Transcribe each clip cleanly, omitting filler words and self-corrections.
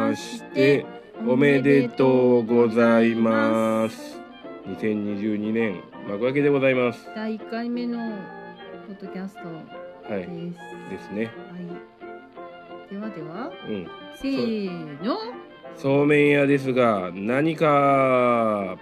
ましておめでとうございます。2022年幕開けでございます。 第1回目のポッドキャストです。 ですね。 はい。ではでは、せそうーの。 そうめん屋ですが何か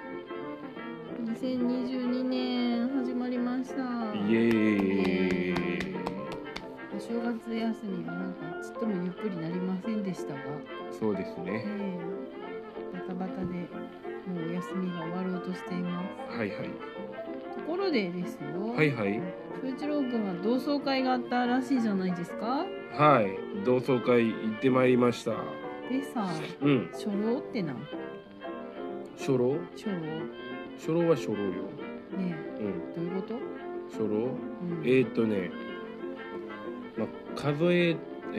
2022年始まりました。 イエーイ。 お正月休みはなんかちっともゆっくりなりませんでしたが、 そうですね。 バタバタでもうお休みが終わろうとしています。 はいはい。 ところでですよ。 はいはい。 翔一郎君は同窓会があったらしいじゃないですか。 はい。同窓会行ってまいりました。 でさ、初老ってなん？ 初老？初老は初老よ。 ねえ、どういうこと？ 初老？数え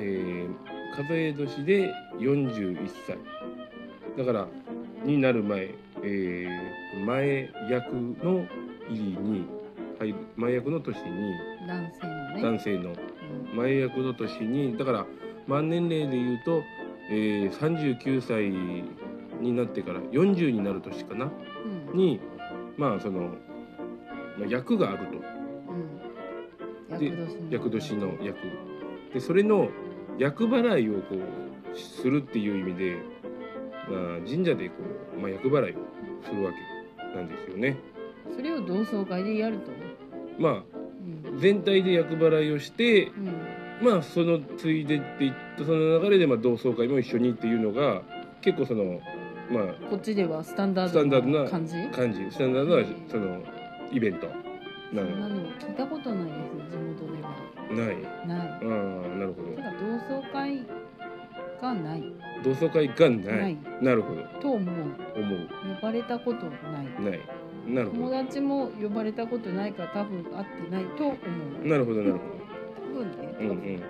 年で41歳だからになる前、前役の入りに入る前役の年に男性の前役の年にだから満年齢でいうと、39歳になってから40になる年かな、にその、役があると、で役年の役でそれの厄払いをこうするっていう意味で、神社でこう、厄払いをするわけなんですよね。 それを同窓会でやると。 全体で厄払いをして、そのついでっていったその流れで同窓会も一緒にっていうのが結構そのこっちではスタンダードな感じスタンダードなそのイベント。 そんなの聞いたことないです、地元では。 ない。なるほど。 ただ同窓会がない。 同窓会がない。なるほど。 と思う。呼ばれたことない。 なるほど。 友達も呼ばれたことないから多分会ってないと思う。 なるほど。多分ね。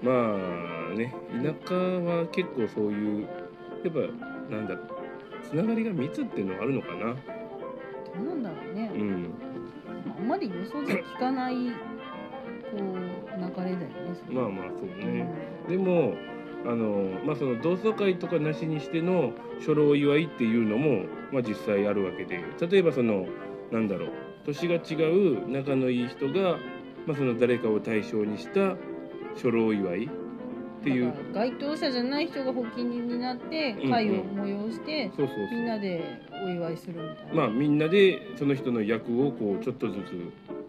田舎は結構そういうやっぱつながりが密っていうのはあるのかな。 どうなんだろうね。あんまり予想じゃ聞かないこう流れだよね。 そうね。でもその同窓会とかなしにしての初老祝いっていうのも実際あるわけで、例えばその年が違う仲のいい人がその誰かを対象にした初老祝いっていう、 該当者じゃない人が発起人になって会を催して、みんなでお祝いするみたいな。 みんなでその人の役をこうちょっとずつ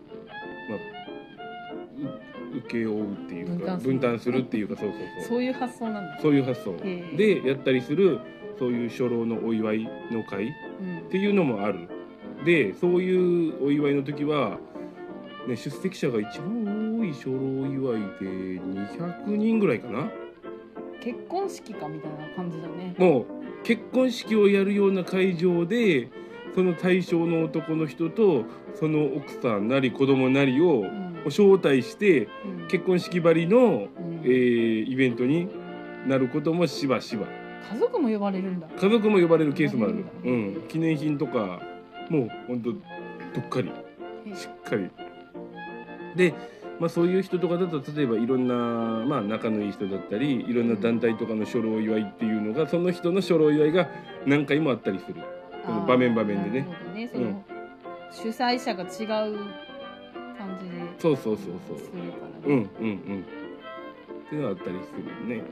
請け負うっていうか分担するっていうか、 そういう発想なんだ。 そういう発想でやったりする、そういう初老のお祝いの会っていうのもある。でそういうお祝いの時は、出席者が一番多い初老祝いで200人ぐらいかな。 結婚式かみたいな感じだね。 もう結婚式をやるような会場でその対象の男の人とその奥さんなり子供なりを招待して、結婚式ばりの、イベントになることもしばしば。 家族も呼ばれるんだ。 家族も呼ばれるケースもある。記念品とかもうほんとどっかりしっかりで、そういう人とかだと例えばいろんな、仲のいい人だったりいろんな団体とかの初老祝いっていうのが、その人の初老祝いが何回もあったりする。その場面でね。 その主催者が違う感じで。 そうするからね。 っていうのがあったりするね。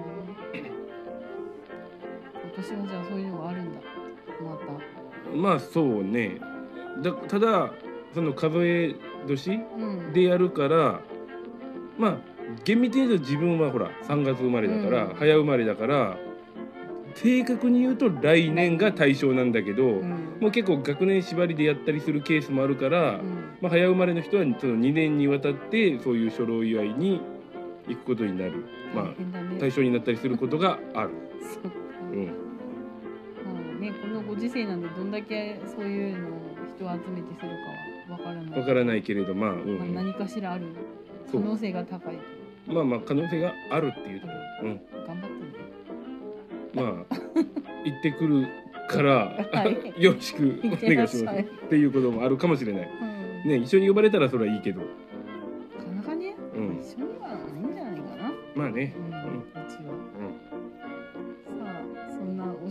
今年はじゃあそういうのがあるんだ。 そうね。ただその数え年でやるから、厳密に言うと自分はほら3月生まれだから、早生まれだから正確に言うと来年が対象なんだけど、もう結構学年縛りでやったりするケースもあるから、早生まれの人はその2年にわたってそういう初老祝いに行くことになる、対象になったりすることがある。 このご時世なんでどんだけそういうのを人を集めてするかはわからないけれど、 何かしらある可能性が高い。 可能性があるっていうと、 頑張ってね。行ってくるからよろしくお願いしますっていうこともあるかもしれない。一緒に呼ばれたらそれはいいけど。 なかなかね、一緒にはないんじゃないかな。 うちは。 さあ。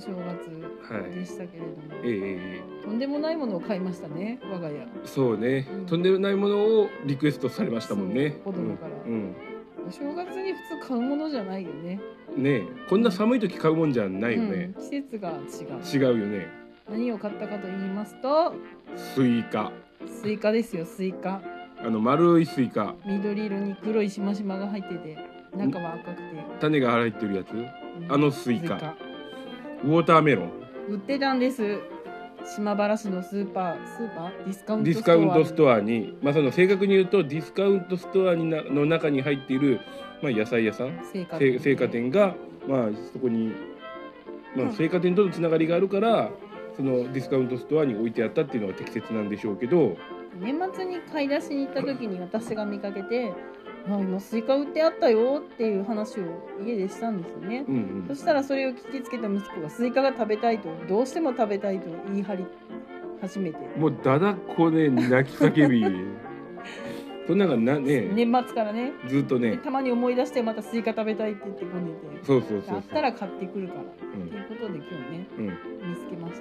正月でしたけれども、とんでもないものを買いましたね、我が家。 そうね、とんでもないものをリクエストされましたもんね。 子供から、お正月に普通買うものじゃないよね。 ねえ、こんな寒い時買うもんじゃないよね。 季節が違うよね。 何を買ったかと言いますと、 スイカですよ。スイカ、 丸いスイカ、 緑色に黒いしましまが入ってて、中は赤くて種が入ってるやつ、スイカ、ウォーターメロン売ってたんです。島原市のスーパーディスカウントストアに、 その正確に言うとディスカウントストアの中に入っている、野菜屋さん、青果店が、そこに、青果店とのつながりがあるから、そのディスカウントストアに置いてあったっていうのが適切なんでしょうけど、 年末に買い出しに行った時に私が見かけて、今スイカ売ってあったよっていう話を家でしたんですよね。そしたらそれを聞きつけた息子がスイカが食べたいと、どうしても食べたいと言い張り始めて、 もうだだっこね、泣き叫びそんなが年末からね、 ずっとね、 たまに思い出してまたスイカ食べたいって言ってこねて、 そうあったら買ってくるから、ということで今日ね、見つけました。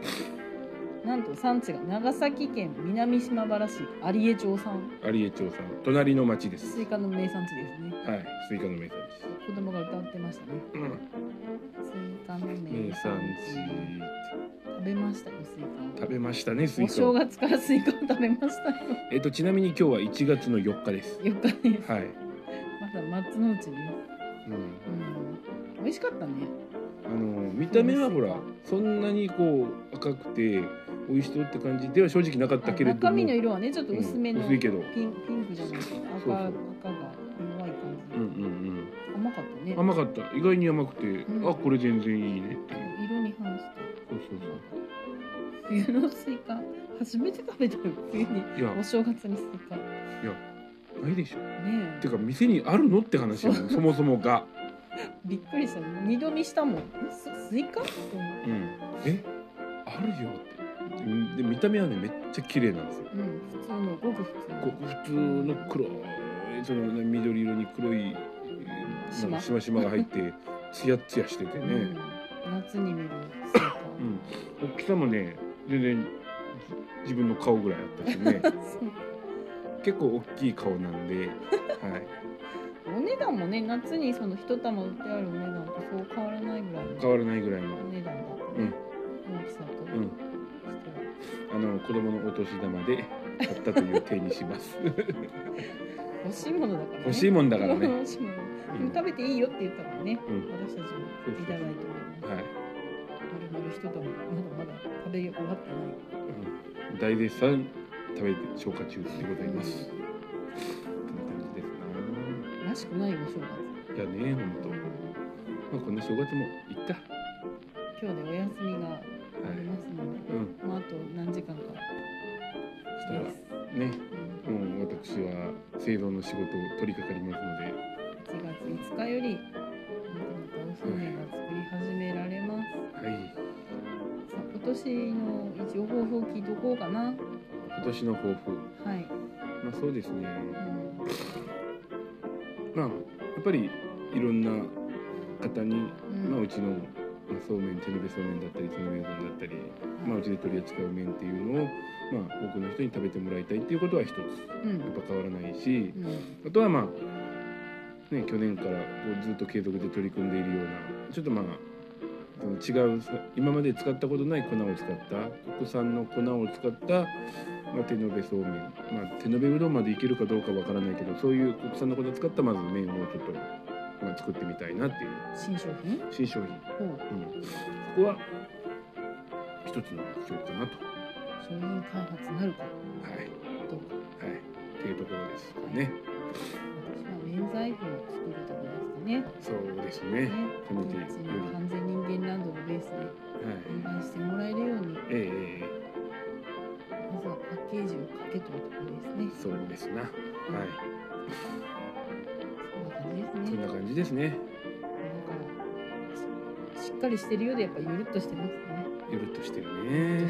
なんと産地が長崎県南島原市有江町さん。隣の町です。スイカの名産地ですね。 はい、スイカの名産地。 子供が歌ってましたね。スイカの名産地。食べましたよ、スイカ。 食べましたね、スイカ。 お正月からスイカを食べましたよ。 ちなみに今日は1月の4日です。 4日です。 はい。 まだ松の内です。美味しかったね。 見た目はほらそんなにこう赤くて美味しそうって感じでは正直なかったけれども、 中身の色はねちょっと薄めの、 薄いけどピンクじゃないですか、赤が弱い感じ。甘かったね。 甘かった、意外に甘くて、これ全然いいねっていう。 色に反して。冬のスイカ初めて食べたよ。冬にお正月にスイカ。いやないでしょ。 ねえ。 てか店にあるのって話よ、そもそもが。 びっくりした。二度見したもん。スイカ？あるよって。で見た目はねめっちゃ綺麗なんですよ。 普通のごく普通の黒いその緑色に黒いしましまが入ってツヤツヤしててね。 夏に見るスイカ。 大きさもね全然自分の顔ぐらいあったしね。結構大きい顔なんで、はい。 お値段もね、夏にその一玉売ってあるお値段とそう変わらないぐらいの。 変わらないぐらいのお値段だったね。大きさと。 子供のお年玉で買ったという体にします。 欲しいものだからね。 欲しいもんだからね。 欲しいもの。食べていいよって言ったからね。私たちもいただいております。はい。丸々一玉まだまだ食べ終わってない。 大絶賛食べて消化中でございます。 らしくないお正月。 いやね、本当。こんな正月もいっか。 今日でお休みがありますので、あと何時間かです。ね、私は製造の仕事を取り掛かりますので、 1月5日よりまたおそうめんが作り始められます。はい。さあ今年の一応抱負を聞いておこうかな。 今年の抱負。はい。そうですね。やっぱりいろんな方に、うちの、そうめん、手延べそうめんだったり手延べうどんだったり、うちで取り扱う麺っていうのを、多くの人に食べてもらいたいっていうことは一つ、やっぱ変わらないし、あとは去年からこうずっと継続で取り組んでいるようなちょっとその違う今まで使ったことない粉を使った国産の粉を使った、手延べそうめん、手延べうどんまでいけるかどうかわからないけど、そういう国産の粉を使ったまず麺をちょっと、作ってみたいなっていう新商品、そこは一つの目標かなと。 商品開発なるかどうか、 っていうところですかね。 私は免罪符を作るところですかね。 そうですね。 完全人間ランドのベースでお願いしてもらえるように、まずはパッケージをかけというところですね。 そうですな。 そんな感じですね。 そんな感じですね。 しっかりしてるようでやっぱゆるっとしてますね。 ゆるっとしてるね。 締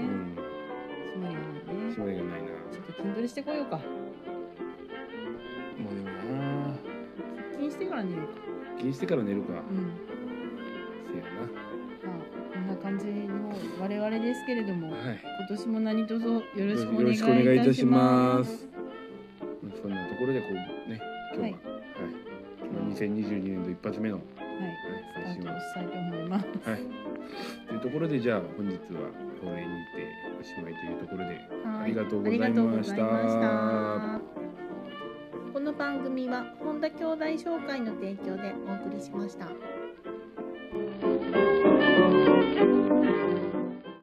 まりがないな。ちょっと筋トレしてこようか。もうでもな。 腹筋してから寝るか。 腹筋してから寝るか。せやな。 こんな感じの我々ですけれども、 はい、 今年も何卒よろしくお願いいたします。 そんなところでこうね、今日は、2022年度一発目の、 配信をしたいと思います。 というところで、じゃあ本日はこれにておしまいというところで、ありがとうございました。 この番組は本田兄弟紹介の提供でお送りしました。